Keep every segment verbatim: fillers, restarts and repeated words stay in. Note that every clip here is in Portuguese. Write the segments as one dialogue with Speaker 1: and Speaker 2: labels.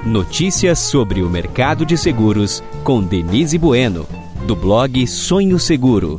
Speaker 1: Notícias sobre o mercado de seguros com Denise Bueno, do blog Sonho Seguro.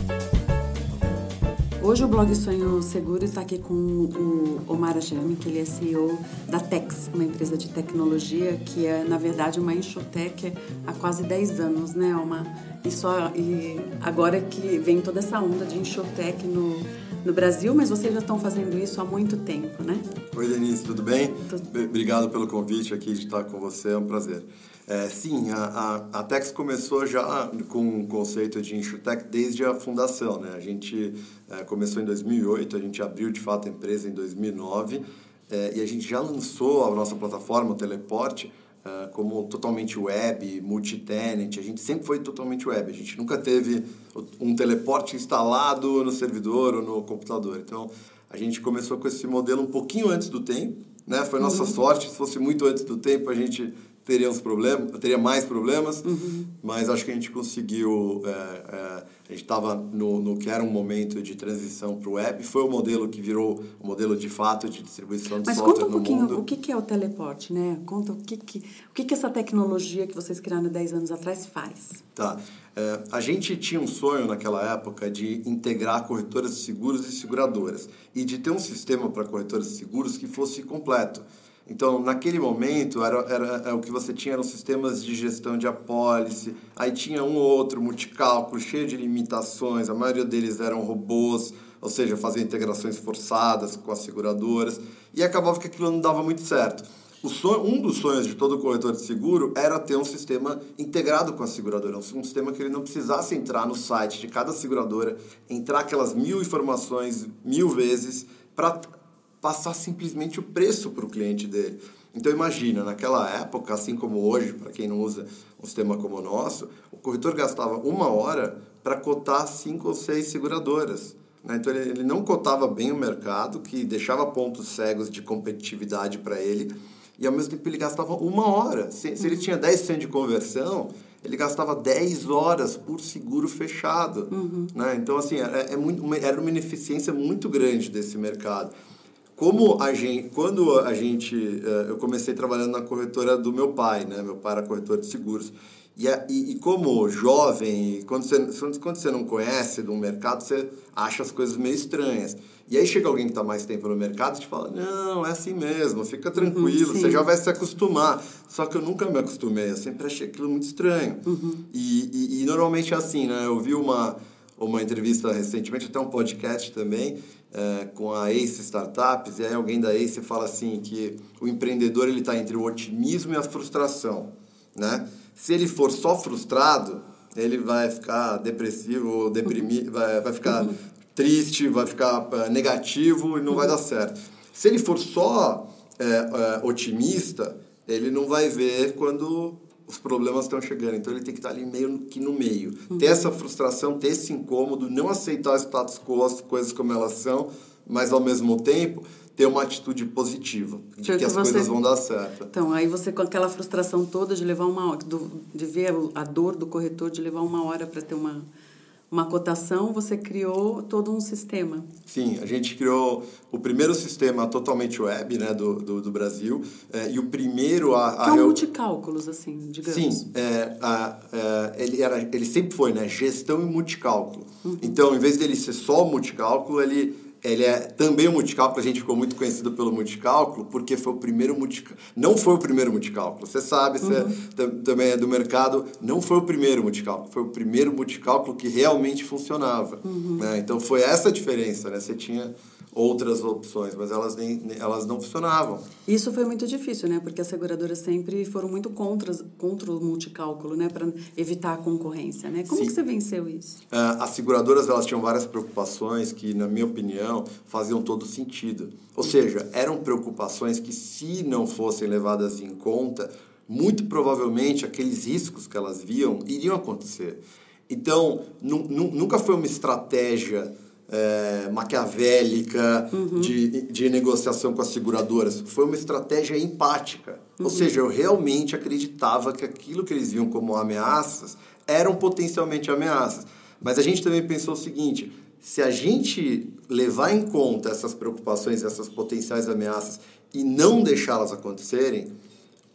Speaker 2: Hoje o blog Sonho Seguro está aqui com o Omar Ajami, que ele é C E O da Tex, uma empresa de tecnologia que é, na verdade, uma insurtech há quase dez anos, né, Omar? E, só, e agora que vem toda essa onda de insurtech no, no Brasil, mas vocês já estão fazendo isso há muito tempo, né?
Speaker 3: Oi, Denise, tudo bem?
Speaker 2: Tudo.
Speaker 3: Obrigado pelo convite aqui de estar com você, é um prazer. É, sim, a, a, a Tex começou já com o conceito de insurtech desde a fundação, né? A gente é, começou em dois mil e oito, a gente abriu de fato a empresa em dois mil e nove é, e a gente já lançou a nossa plataforma, o Teleporte, é, como totalmente web, multi-tenant. A gente sempre foi totalmente web, a gente nunca teve um teleporte instalado no servidor ou no computador. Então, a gente começou com esse modelo um pouquinho antes do tempo, né? Foi nossa uhum. sorte, se fosse muito antes do tempo, a gente teria uns problemas, teria mais problemas, uhum. mas acho que a gente conseguiu, é, é, a gente estava no, no que era um momento de transição para o web, foi o modelo que virou o modelo de fato de distribuição de
Speaker 2: mas
Speaker 3: software
Speaker 2: no mundo. Mas conta um pouquinho, o que, que é o teleporte, né? Conta o que, que, o que, que essa tecnologia que vocês criaram há dez anos atrás faz.
Speaker 3: Tá. É, a gente tinha um sonho naquela época de integrar corretoras de seguros e seguradoras e de ter um sistema para corretoras de seguros que fosse completo. Então, naquele momento, era, era, era, o que você tinha eram sistemas de gestão de apólice, aí tinha um ou outro multicálculo, cheio de limitações, a maioria deles eram robôs, ou seja, faziam integrações forçadas com as seguradoras, e acabava que aquilo não dava muito certo. O sonho, um dos sonhos de todo corretor de seguro era ter um sistema integrado com a seguradora, um sistema que ele não precisasse entrar no site de cada seguradora, entrar aquelas mil informações mil vezes para passar simplesmente o preço para o cliente dele. Então, imagina, naquela época, assim como hoje, para quem não usa um sistema como o nosso, o corretor gastava uma hora para cotar cinco ou seis seguradoras. Né? Então, ele, ele não cotava bem o mercado, que deixava pontos cegos de competitividade para ele, e, ao mesmo tempo, ele gastava uma hora. Se, se ele tinha dez por cento de conversão, ele gastava dez horas por seguro fechado. Uhum. Né? Então, assim, é, é muito, uma, era uma ineficiência muito grande desse mercado. Como a gente, quando a gente, eu comecei trabalhando na corretora do meu pai, né? Meu pai era corretor de seguros. E, e, e como jovem, quando você, quando você não conhece do mercado, você acha as coisas meio estranhas. E aí chega alguém que está mais tempo no mercado e te fala, não, é assim mesmo, fica tranquilo, uhum, você já vai se acostumar. Só que eu nunca me acostumei, eu sempre achei aquilo muito estranho. Uhum. E, e, e normalmente é assim, né? Eu vi uma, uma entrevista recentemente, até um podcast também, É, com a Ace Startups, e aí alguém da Ace fala assim que o empreendedor ele está entre o otimismo e a frustração, né? Se ele for só frustrado, ele vai ficar depressivo, deprimido, vai, vai ficar triste, vai ficar uh, negativo e não vai dar certo. Se ele for só é, é, otimista, ele não vai ver quando os problemas estão chegando, então ele tem que estar ali meio que no meio. Uhum. Ter essa frustração, ter esse incômodo, não aceitar o status quo, as coisas como elas são, mas ao mesmo tempo ter uma atitude positiva, de que, que as você... coisas vão dar certo.
Speaker 2: Então, aí você com aquela frustração toda de levar uma hora, de ver a dor do corretor, de levar uma hora para ter uma... uma cotação, você criou todo um sistema.
Speaker 3: Sim, a gente criou o primeiro sistema totalmente web, né, do, do, do Brasil, é, e o primeiro a... a
Speaker 2: que é um multicálculos, assim, digamos.
Speaker 3: Sim, é, a, a, ele, era, ele sempre foi, né, gestão e multicálculo. Uhum. Então, em vez dele ser só multicálculo, ele... Ele é também um multicálculo, a gente ficou muito conhecido pelo multicálculo, porque foi o primeiro multicálculo. Não foi o primeiro multicálculo, você sabe, você uhum. também é do mercado, não foi o primeiro multicálculo, foi o primeiro multicálculo que realmente funcionava. Uhum. Né? Então foi essa a diferença, né? Você tinha outras opções, mas elas, nem, elas não funcionavam.
Speaker 2: Isso foi muito difícil, né? Porque as seguradoras sempre foram muito contra, contra o multicálculo, né? Para evitar a concorrência, né? Como Sim. que você venceu isso?
Speaker 3: Uh, as seguradoras, elas tinham várias preocupações que, na minha opinião, faziam todo sentido. Ou seja, eram preocupações que, se não fossem levadas em conta, muito provavelmente aqueles riscos que elas viam iriam acontecer. Então, nu- nu- nunca foi uma estratégia É, maquiavélica uhum. de, de negociação com as seguradoras. Foi uma estratégia empática. Uhum. Ou seja, eu realmente acreditava que aquilo que eles viam como ameaças eram potencialmente ameaças. Mas a gente também pensou o seguinte, se a gente levar em conta essas preocupações, essas potenciais ameaças e não deixá-las acontecerem,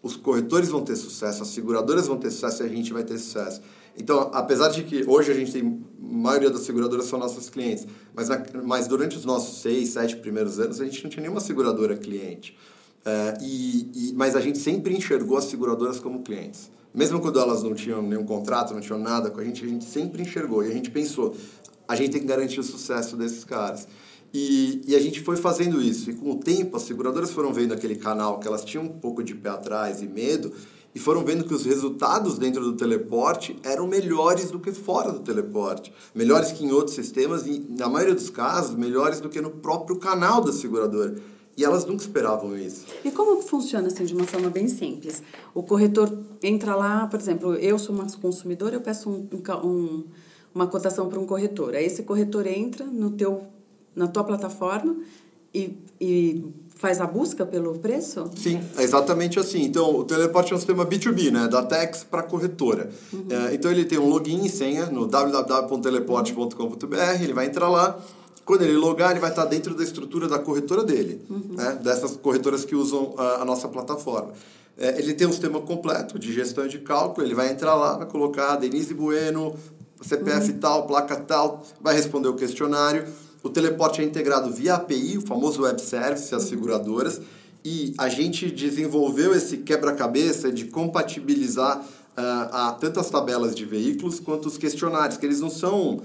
Speaker 3: os corretores vão ter sucesso, as seguradoras vão ter sucesso e a gente vai ter sucesso. Então, apesar de que hoje a gente tem, a maioria das seguradoras são nossos clientes, mas, na, mas durante os nossos seis, sete primeiros anos, a gente não tinha nenhuma seguradora cliente. Uh, e, e, mas a gente sempre enxergou as seguradoras como clientes. Mesmo quando elas não tinham nenhum contrato, não tinham nada com a gente, a gente sempre enxergou. E a gente pensou, a gente tem que garantir o sucesso desses caras. E, e a gente foi fazendo isso. E com o tempo, as seguradoras foram vendo aquele canal que elas tinham um pouco de pé atrás e medo, e foram vendo que os resultados dentro do teleporte eram melhores do que fora do teleporte. Melhores que em outros sistemas e, na maioria dos casos, melhores do que no próprio canal da seguradora. E elas nunca esperavam isso.
Speaker 2: E como funciona, assim, de uma forma bem simples? O corretor entra lá, por exemplo, eu sou uma consumidora, eu peço um, um, uma cotação para um corretor. Aí esse corretor entra no teu, na tua plataforma e... e faz a busca pelo preço?
Speaker 3: Sim, é exatamente assim. Então, o teleporte é um sistema B dois B, né? Da Tex para a corretora. Uhum. É, então, ele tem um login e senha no w w w ponto teleporte ponto com ponto b r. Ele vai entrar lá. Quando ele logar, ele vai estar dentro da estrutura da corretora dele. Uhum. Né? Dessas corretoras que usam a, a nossa plataforma. É, ele tem um sistema completo de gestão e de cálculo. Ele vai entrar lá, vai colocar Denise Bueno, C P F uhum. tal, placa tal, vai responder o questionário. O teleporte é integrado via A P I, o famoso web service, as seguradoras, e a gente desenvolveu esse quebra-cabeça de compatibilizar uh, a, tanto as tabelas de veículos quanto os questionários, que eles não são,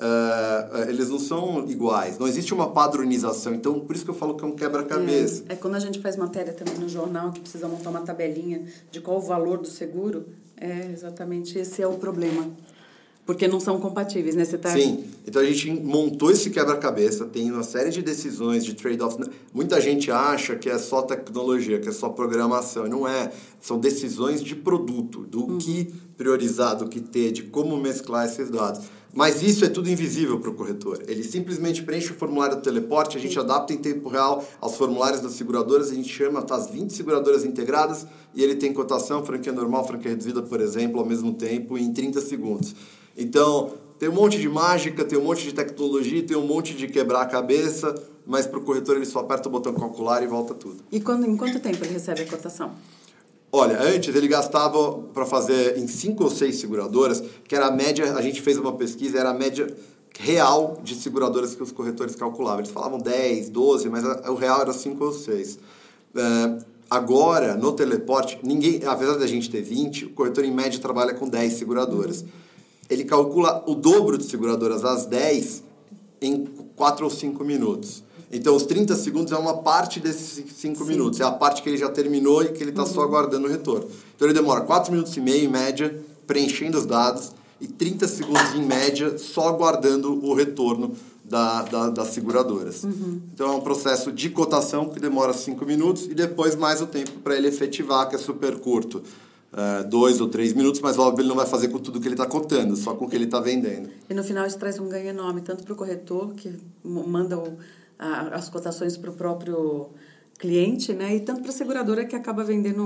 Speaker 3: uh, eles não são iguais, não existe uma padronização, então por isso que eu falo que é um quebra-cabeça.
Speaker 2: É, é quando a gente faz matéria também no jornal, que precisa montar uma tabelinha de qual o valor do seguro, é exatamente esse é o problema. Porque não são compatíveis, né? Você tá...
Speaker 3: Sim. Então, a gente montou esse quebra-cabeça, tem uma série de decisões, de trade-offs. Muita gente acha que é só tecnologia, que é só programação. Não é. São decisões de produto, do uhum. que priorizar, do que ter, de como mesclar esses dados. Mas isso é tudo invisível para o corretor. Ele simplesmente preenche o formulário do teleporte, a gente Sim. adapta em tempo real aos formulários das seguradoras, a gente chama tá, as vinte seguradoras integradas e ele tem cotação, franquia normal, franquia reduzida, por exemplo, ao mesmo tempo, em trinta segundos. Então, tem um monte de mágica, tem um monte de tecnologia, tem um monte de quebrar a cabeça, mas para o corretor ele só aperta o botão calcular e volta tudo.
Speaker 2: E quando, em quanto tempo ele recebe a cotação?
Speaker 3: Olha, antes ele gastava para fazer em cinco ou seis seguradoras, que era a média, a gente fez uma pesquisa, era a média real de seguradoras que os corretores calculavam. Eles falavam dez, doze, mas a, o real era cinco ou seis. É, agora, no teleporte, ninguém, apesar da gente ter vinte, o corretor em média trabalha com dez seguradoras. Uhum. Ele calcula o dobro de seguradoras às dez em quatro ou cinco minutos. Então, os trinta segundos é uma parte desses cinco Sim. minutos. É a parte que ele já terminou e que ele está uhum. só aguardando o retorno. Então, ele demora quatro minutos e meio, em média, preenchendo os dados, e trinta segundos, em média, só aguardando o retorno da, da, das seguradoras. Uhum. Então, é um processo de cotação que demora cinco minutos e depois mais o tempo para ele efetivar, que é super curto. Uh, dois ou três minutos, mas óbvio ele não vai fazer com tudo que ele está cotando, só com o que ele está vendendo.
Speaker 2: E no final isso traz um ganho enorme, tanto para o corretor, que manda o, a, as cotações para o próprio cliente, né? E tanto para a seguradora, que acaba vendendo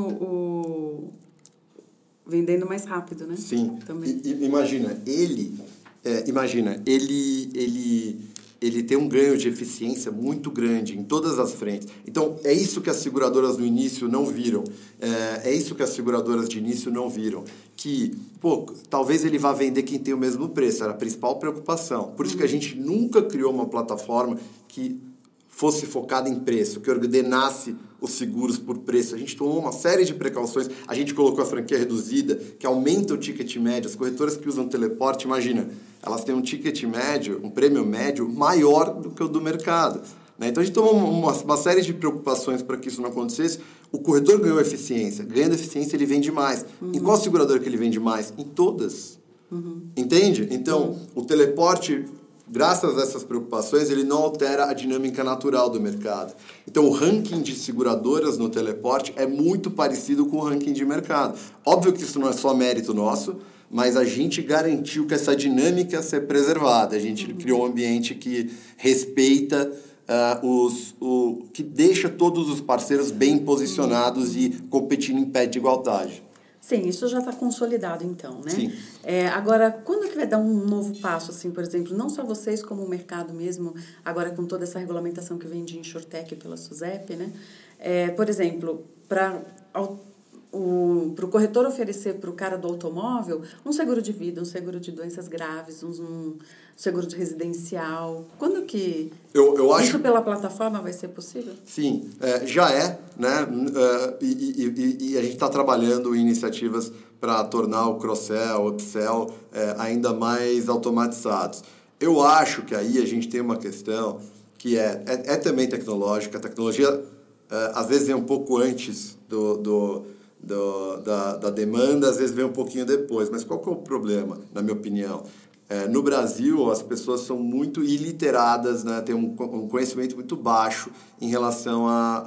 Speaker 2: o vendendo mais rápido, né?
Speaker 3: Sim.
Speaker 2: Também.
Speaker 3: E, e, imagina, ele, é, imagina, ele, ele, ele tem um ganho de eficiência muito grande em todas as frentes. Então, é isso que as seguradoras no início não viram. É, é isso que as seguradoras de início não viram. Que, pô, talvez ele vá vender quem tem o mesmo preço. Era a principal preocupação. Por isso que a gente nunca criou uma plataforma que fosse focada em preço, que ordenasse os seguros por preço. A gente tomou uma série de precauções. A gente colocou a franquia reduzida, que aumenta o ticket médio. As corretoras que usam teleporte, imagina, elas têm um ticket médio, um prêmio médio maior do que o do mercado. Né? Então, a gente tomou uma, uma série de preocupações para que isso não acontecesse. O corretor ganhou eficiência. Ganhando eficiência, ele vende mais. Uhum. Em qual seguradora que ele vende mais? Em todas. Uhum. Entende? Então, uhum. o teleporte, graças a essas preocupações, ele não altera a dinâmica natural do mercado. Então, o ranking de seguradoras no teleporte é muito parecido com o ranking de mercado. Óbvio que isso não é só mérito nosso, mas a gente garantiu que essa dinâmica ia ser preservada. A gente uhum. criou um ambiente que respeita, uh, os, o, que deixa todos os parceiros bem posicionados uhum. e competindo em pé de igualdade.
Speaker 2: Sim, isso já está consolidado, então, né?
Speaker 3: Sim.
Speaker 2: É, agora, quando que vai dar um novo passo, assim, por exemplo, não só vocês, como o mercado mesmo, agora com toda essa regulamentação que vem de InsurTech pela SUSEP, né? É, por exemplo, para para o corretor oferecer para o cara do automóvel um seguro de vida, um seguro de doenças graves, um, um seguro de residencial. Quando que
Speaker 3: eu, eu acho...
Speaker 2: isso pela plataforma vai ser possível?
Speaker 3: Sim, é, já é, né? Uh, e, e, e a gente está trabalhando em iniciativas para tornar o cross-sell, o upsell é, ainda mais automatizados. Eu acho que aí a gente tem uma questão que é, é, é também tecnológica. A tecnologia, uh, às vezes, vem um pouco antes do, do, do, da, da demanda, às vezes vem um pouquinho depois. Mas qual que é o problema, na minha opinião? É, no Brasil, as pessoas são muito iliteradas, né? Têm um, um conhecimento muito baixo em relação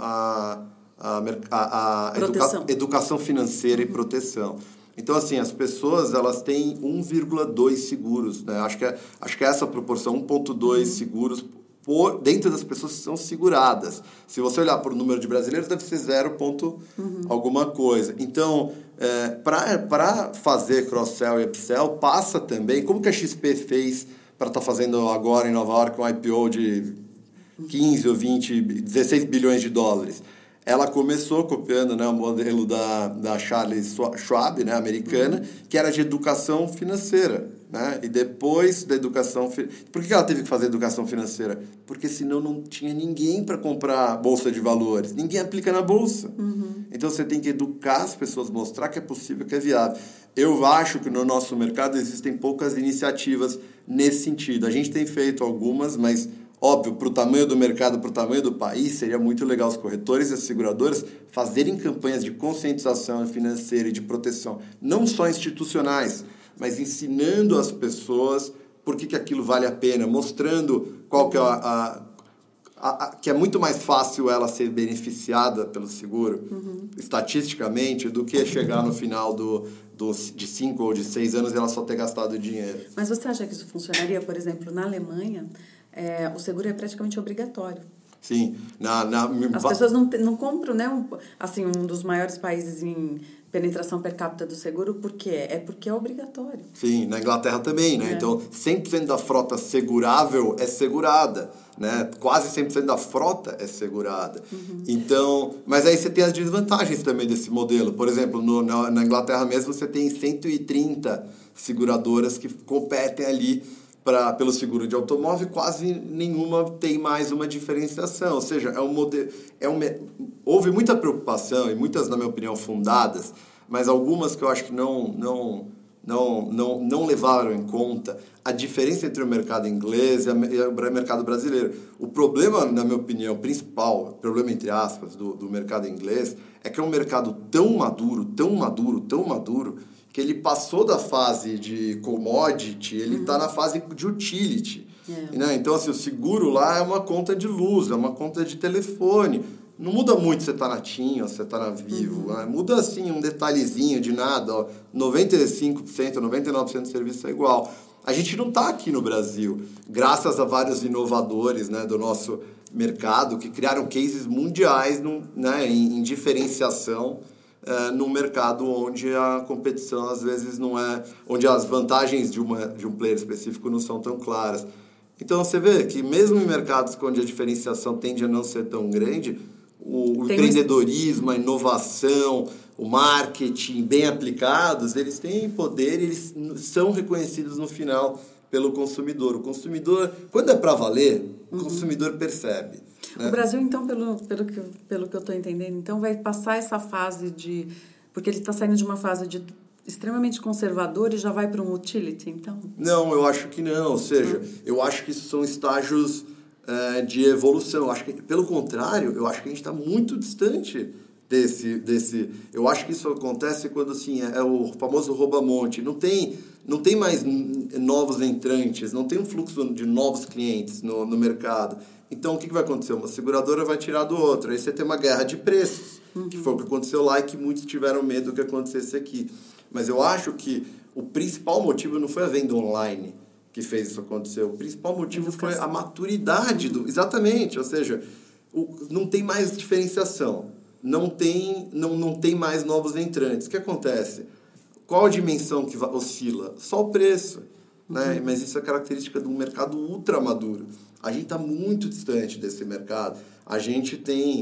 Speaker 3: a, a, a, a educa, educação financeira e proteção. Então, assim, as pessoas, elas têm um vírgula dois seguros, né? Acho que é, acho que é essa proporção, um vírgula dois uhum. seguros por, dentro das pessoas que são seguradas. Se você olhar para o número de brasileiros, deve ser zero ponto uhum. alguma coisa. Então, é, para fazer cross-sell e upsell, passa também, como que a X P fez para estar tá fazendo agora em Nova York um I P O de quinze ou vinte, dezesseis bilhões de dólares. Ela começou copiando, né, o modelo da, da Charles Schwab, né, americana, uhum. que era de educação financeira. Né? E depois da educação... Por que ela teve que fazer educação financeira? Porque senão não tinha ninguém para comprar bolsa de valores. Ninguém aplica na bolsa. Uhum. Então você tem que educar as pessoas, mostrar que é possível, que é viável. Eu acho que no nosso mercado existem poucas iniciativas nesse sentido. A gente tem feito algumas, mas... Óbvio, para o tamanho do mercado, para o tamanho do país, seria muito legal os corretores e as seguradoras fazerem campanhas de conscientização financeira e de proteção, não só institucionais, mas ensinando as pessoas por que, que aquilo vale a pena, mostrando qual que é a, a, a, a que é muito mais fácil ela ser beneficiada pelo seguro, uhum. estatisticamente, do que chegar no final do, do, de cinco ou de seis anos e ela só ter gastado dinheiro.
Speaker 2: Mas você acha que isso funcionaria, por exemplo, na Alemanha? É, o seguro é praticamente obrigatório.
Speaker 3: Sim. Na, na...
Speaker 2: As pessoas não, não compram, né, um, assim, um dos maiores países em penetração per capita do seguro, por quê? É porque é obrigatório.
Speaker 3: Sim, na Inglaterra também, né? É. Então, cem por cento da frota segurável é segurada, né? Quase cem por cento da frota é segurada. Uhum. Então, mas aí você tem as desvantagens também desse modelo. Por exemplo, no, na, na Inglaterra mesmo, você tem cento e trinta seguradoras que competem ali Pra, pelo seguro de automóvel, quase nenhuma tem mais uma diferenciação. Ou seja, é um modelo, é um, houve muita preocupação, e muitas, na minha opinião, fundadas, mas algumas que eu acho que não, não, não, não, não levaram em conta a diferença entre o mercado inglês e, a, e o mercado brasileiro. O problema, na minha opinião, principal, problema entre aspas, do, do mercado inglês, é que é um mercado tão maduro, tão maduro, tão maduro, que ele passou da fase de commodity, ele está uhum. na fase de utility. É. Né? Então, assim, o seguro lá é uma conta de luz, é uma conta de telefone. Não muda muito se você está na TIM ou se você está na Vivo. Uhum. Né? Muda, assim, um detalhezinho de nada. Ó, noventa e cinco por cento, noventa e nove por cento do serviço é igual. A gente não está aqui no Brasil, graças a vários inovadores, né, do nosso mercado que criaram cases mundiais no, né, em, em diferenciação Uh, num mercado onde a competição às vezes não é, onde as vantagens de, uma, de um player específico não são tão claras. Então você vê que mesmo em mercados onde a diferenciação tende a não ser tão grande, o, o empreendedorismo, a inovação, o marketing bem aplicados, eles têm poder e eles são reconhecidos no final pelo consumidor. O consumidor, quando é para valer, o uhum. consumidor percebe.
Speaker 2: O Brasil, então, pelo, pelo, que, pelo que eu estou entendendo, então vai passar essa fase de... Porque ele está saindo de uma fase de extremamente conservador e já vai para um utility, então?
Speaker 3: Não, eu acho que não. Ou seja, hum. eu acho que isso são estágios é, de evolução. Eu acho que, pelo contrário, eu acho que a gente está muito distante desse, desse... Eu acho que isso acontece quando, assim, é, é o famoso rouba-monte. Não tem, não tem mais novos entrantes, não tem um fluxo de novos clientes no, no mercado. Então, o que vai acontecer? Uma seguradora vai tirar do outro. Aí você tem uma guerra de preços, uhum. que foi o que aconteceu lá e que muitos tiveram medo que acontecesse aqui. Mas eu acho que o principal motivo não foi a venda online que fez isso acontecer. O principal motivo foi a maturidade do... Exatamente. Ou seja, o, não tem mais diferenciação. Não tem, não, não tem mais novos entrantes. O que acontece? Qual a dimensão que oscila? Só o preço. Né? Uhum. Mas isso é característica de um mercado ultra maduro. A gente está muito distante desse mercado. A gente tem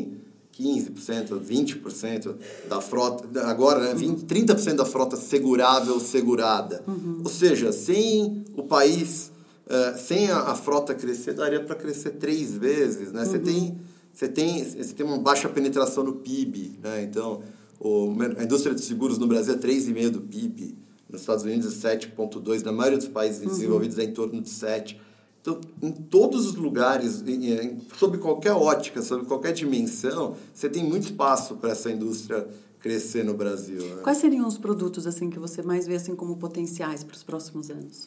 Speaker 3: quinze por cento, vinte por cento da frota, agora, né, vinte, trinta por cento da frota segurável, segurada. Uhum. Ou seja, sem o país, uh, sem a, a frota crescer, daria para crescer três vezes, né? Você uhum. tem, você tem, você tem uma baixa penetração no P I B, né? Então, o, a indústria de seguros no Brasil é três vírgula cinco por cento do P I B, nos Estados Unidos é sete vírgula dois por cento, na maioria dos países uhum. desenvolvidos é em torno de sete por cento. Então, em todos os lugares, em, em, sob qualquer ótica, sob qualquer dimensão, você tem muito espaço para essa indústria crescer no Brasil. Né?
Speaker 2: Quais seriam os produtos assim que você mais vê assim como potenciais para os próximos anos?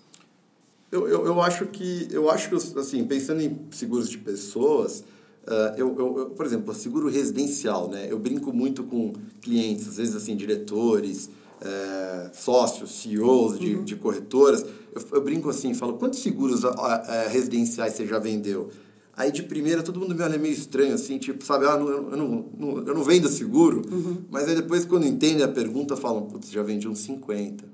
Speaker 3: Eu, eu, eu acho que, eu acho que assim, pensando em seguros de pessoas, uh, eu, eu, eu, por exemplo, seguro residencial, né? Eu brinco muito com clientes, às vezes assim, diretores, É, sócios, C E Os de, uhum. de corretoras, eu, eu brinco assim, falo, quantos seguros a, a, a, residenciais você já vendeu? Aí de primeira todo mundo me olha meio estranho, assim, tipo, sabe, ah, não, eu, não, não, eu não vendo seguro, uhum. mas aí depois quando entendem a pergunta falam, putz, já vendi uns cinquenta.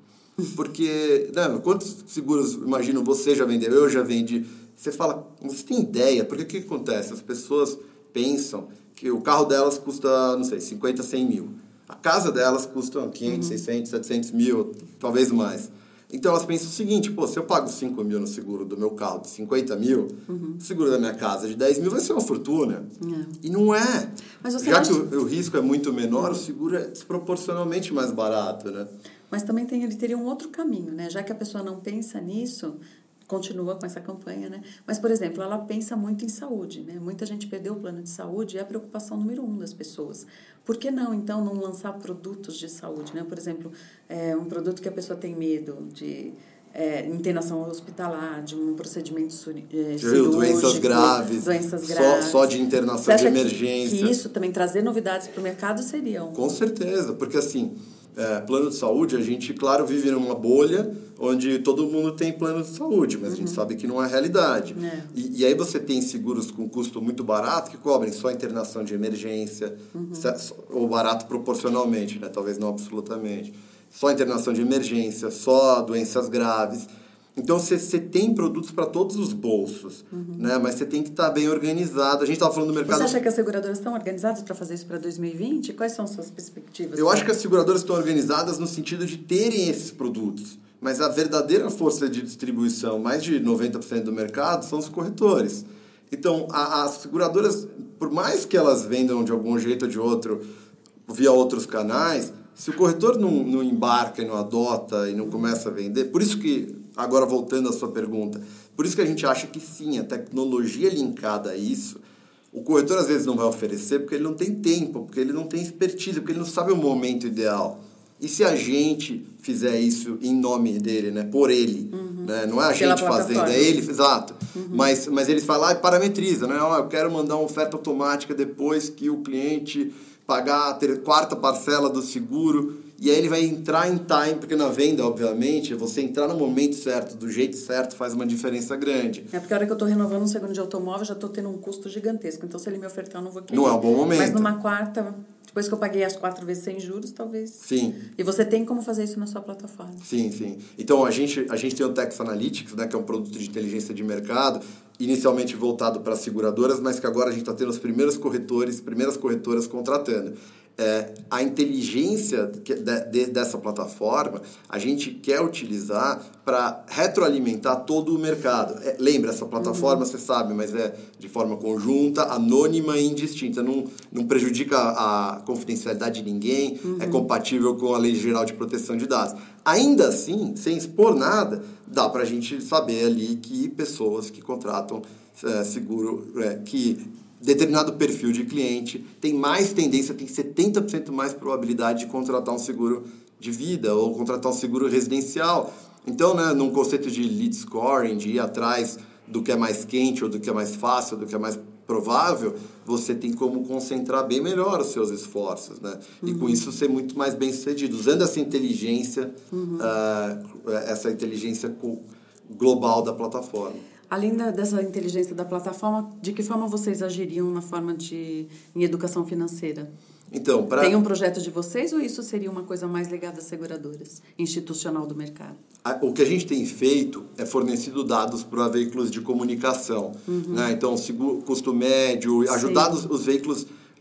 Speaker 3: Porque, né, quantos seguros, imagino, você já vendeu, eu já vendi, você fala, você tem ideia, porque o que acontece? As pessoas pensam que o carro delas custa, não sei, cinquenta, cem mil. A casa delas custa quinhentos, uhum. seiscentos, setecentos mil, talvez mais. Então, elas pensam o seguinte, pô, se eu pago cinco mil no seguro do meu carro de cinquenta mil, uhum. o seguro da minha casa de dez mil vai ser uma fortuna. É. E não é. Mas você Já acha... que o, o risco é muito menor, uhum. o seguro é desproporcionalmente mais barato, né?
Speaker 2: Mas também tem, ele teria um outro caminho, né? Já que a pessoa não pensa nisso... continua com essa campanha, né? Mas, por exemplo, ela pensa muito em saúde, né? Muita gente perdeu o plano de saúde e é a preocupação número um das pessoas. Por que não, então, não lançar produtos de saúde, né? Por exemplo, é, um produto que a pessoa tem medo de é, internação hospitalar, de um procedimento é, cirúrgico,
Speaker 3: doenças graves,
Speaker 2: doenças graves.
Speaker 3: Só, só de internação de emergência.
Speaker 2: Que, que isso também, trazer novidades para o mercado seria um...
Speaker 3: Com certeza, porque assim... É, plano de saúde, a gente, claro, vive numa bolha onde todo mundo tem plano de saúde, mas uhum. a gente sabe que não é a realidade. É. E, e aí você tem seguros com custo muito barato que cobrem só internação de emergência, uhum. ou barato proporcionalmente, né? Talvez não absolutamente. Só internação de emergência, só doenças graves. Então, você, você tem produtos para todos os bolsos, uhum. né? Mas você tem que estar tá bem organizado. A gente estava falando do mercado...
Speaker 2: Você acha que as seguradoras estão organizadas para fazer isso para dois mil e vinte? Quais são suas perspectivas?
Speaker 3: Eu acho que as seguradoras estão organizadas no sentido de terem esses produtos. Mas a verdadeira força de distribuição, mais de noventa por cento do mercado, são os corretores. Então, a, as seguradoras, por mais que elas vendam de algum jeito ou de outro, via outros canais, se o corretor não, não embarca e não adota e não começa a vender... Por isso que... Agora, voltando à sua pergunta, por isso que a gente acha que sim, a tecnologia linkada a isso, o corretor às vezes não vai oferecer porque ele não tem tempo, porque ele não tem expertise, porque ele não sabe o momento ideal. E se a gente fizer isso em nome dele, né, por ele, uhum. né, não é a gente fazendo, é ele, exato, uhum. mas, mas eles falam lá e parametriza, né, oh, eu quero mandar uma oferta automática depois que o cliente pagar a ter, quarta parcela do seguro. E aí ele vai entrar em time, porque na venda, obviamente, você entrar no momento certo, do jeito certo, faz uma diferença grande.
Speaker 2: É porque a hora que eu estou renovando um seguro de automóvel, já estou tendo um custo gigantesco. Então, se ele me ofertar, eu não vou querer.
Speaker 3: Não é um bom momento.
Speaker 2: Mas numa quarta, depois que eu paguei as quatro vezes sem juros, talvez...
Speaker 3: Sim.
Speaker 2: E você tem como fazer isso na sua plataforma.
Speaker 3: Sim, sim. Então, a gente, a gente tem o Tex Analytics, né, que é um produto de inteligência de mercado, inicialmente voltado para seguradoras, mas que agora a gente está tendo os primeiros corretores, primeiras corretoras contratando. É, a inteligência de, de, dessa plataforma a gente quer utilizar para retroalimentar todo o mercado. É, lembra, essa plataforma, uhum. você sabe, mas é de forma conjunta, anônima e indistinta. Não, não prejudica a confidencialidade de ninguém, uhum. é compatível com a Lei Geral de Proteção de Dados. Ainda assim, sem expor nada, dá para a gente saber ali que pessoas que contratam é, seguro, é, que... determinado perfil de cliente tem mais tendência, tem setenta por cento mais probabilidade de contratar um seguro de vida ou contratar um seguro residencial. Então, né, num conceito de lead scoring, de ir atrás do que é mais quente ou do que é mais fácil, do que é mais provável, você tem como concentrar bem melhor os seus esforços, né? Uhum. E com isso ser muito mais bem sucedido, usando essa inteligência, uhum. uh, essa inteligência global da plataforma.
Speaker 2: Além da, dessa inteligência da plataforma, de que forma vocês agiriam na forma de em educação financeira?
Speaker 3: Então, pra...
Speaker 2: Tem um projeto de vocês ou isso seria uma coisa mais ligada às seguradoras, institucional do mercado?
Speaker 3: O que a gente tem feito é fornecido dados para veículos de comunicação. Uhum. Né? Então, seguro, custo médio, ajudar os, os veículos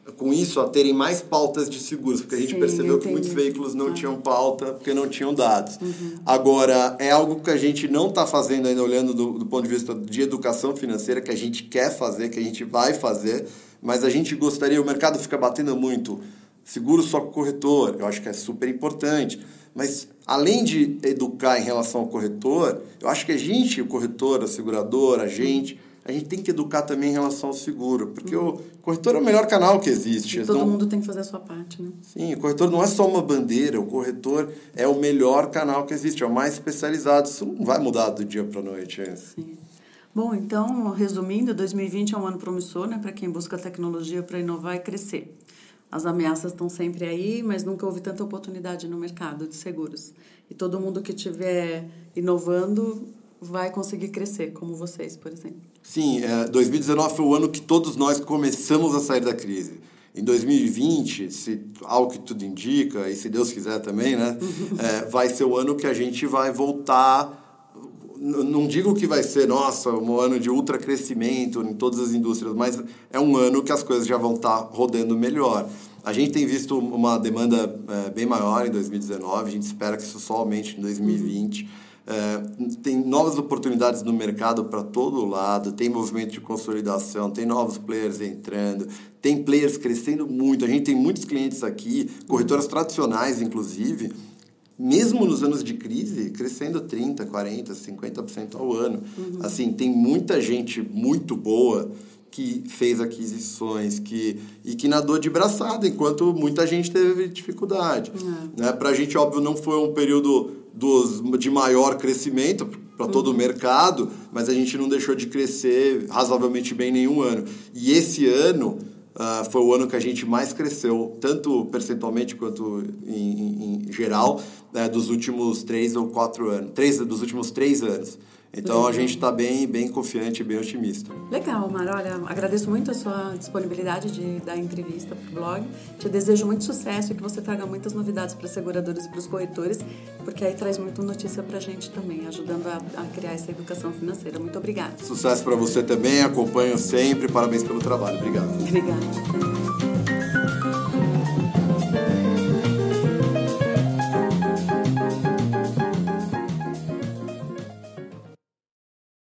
Speaker 3: com isso, a terem mais pautas de seguros, porque a gente
Speaker 2: Sim,
Speaker 3: percebeu
Speaker 2: entendi.
Speaker 3: que muitos veículos não
Speaker 2: ah.
Speaker 3: tinham pauta porque não tinham dados.
Speaker 2: Uhum.
Speaker 3: Agora, é algo que a gente não está fazendo ainda, olhando do, do ponto de vista de educação financeira, que a gente quer fazer, que a gente vai fazer, mas a gente gostaria, o mercado fica batendo muito, seguro só com o corretor, eu acho que é super importante, mas além de educar em relação ao corretor, eu acho que a gente, o corretor, a seguradora, a gente... a gente tem que educar também em relação ao seguro, porque uhum. o corretor é o melhor canal que existe.
Speaker 2: E todo
Speaker 3: não...
Speaker 2: mundo tem que fazer a sua parte, né?
Speaker 3: Sim, o corretor não é só uma bandeira, o corretor é o melhor canal que existe, é o mais especializado. Isso não vai mudar do dia para a noite. É.
Speaker 2: Sim. Bom, então, resumindo, dois mil e vinte é um ano promissor, né, para quem busca tecnologia para inovar e crescer. As ameaças estão sempre aí, mas nunca houve tanta oportunidade no mercado de seguros. E todo mundo que estiver inovando vai conseguir crescer, como vocês, por exemplo.
Speaker 3: Sim, é, dois mil e dezenove foi o ano que todos nós começamos a sair da crise. Em dois mil e vinte, se algo que tudo indica, e se Deus quiser também, né, é, vai ser o ano que a gente vai voltar. Não digo que vai ser, nossa, um ano de ultra crescimento em todas as indústrias, mas é um ano que as coisas já vão estar rodando melhor. A gente tem visto uma demanda é, bem maior em dois mil e dezenove, a gente espera que isso só aumente em dois mil e vinte. Uhum. É, tem novas oportunidades no mercado para todo lado, tem movimento de consolidação, tem novos players entrando, tem players crescendo muito. A gente tem muitos clientes aqui, corretoras tradicionais, inclusive, mesmo nos anos de crise, crescendo trinta por cento, quarenta por cento, cinquenta por cento ao ano. Uhum. Assim, tem muita gente muito boa que fez aquisições que, e que nadou de braçada, enquanto muita gente teve dificuldade. Uhum. Né? Para a gente, óbvio, não foi um período dos, de maior crescimento para todo uhum. o mercado, mas a gente não deixou de crescer razoavelmente bem nenhum ano. E esse ano uh, foi o ano que a gente mais cresceu, tanto percentualmente quanto em, em, em geral, né, dos últimos três ou quatro anos. Três, dos últimos três anos. Então, Legal. A gente está bem, bem confiante e bem otimista.
Speaker 2: Legal, Mar. Olha, agradeço muito a sua disponibilidade de dar entrevista para o blog. Te desejo muito sucesso e que você traga muitas novidades para as seguradoras e para os corretores, porque aí traz muita notícia para a gente também, ajudando a, a criar essa educação financeira. Muito obrigada.
Speaker 3: Sucesso para você também. Acompanho sempre. Parabéns pelo trabalho. Obrigado.
Speaker 2: Obrigada.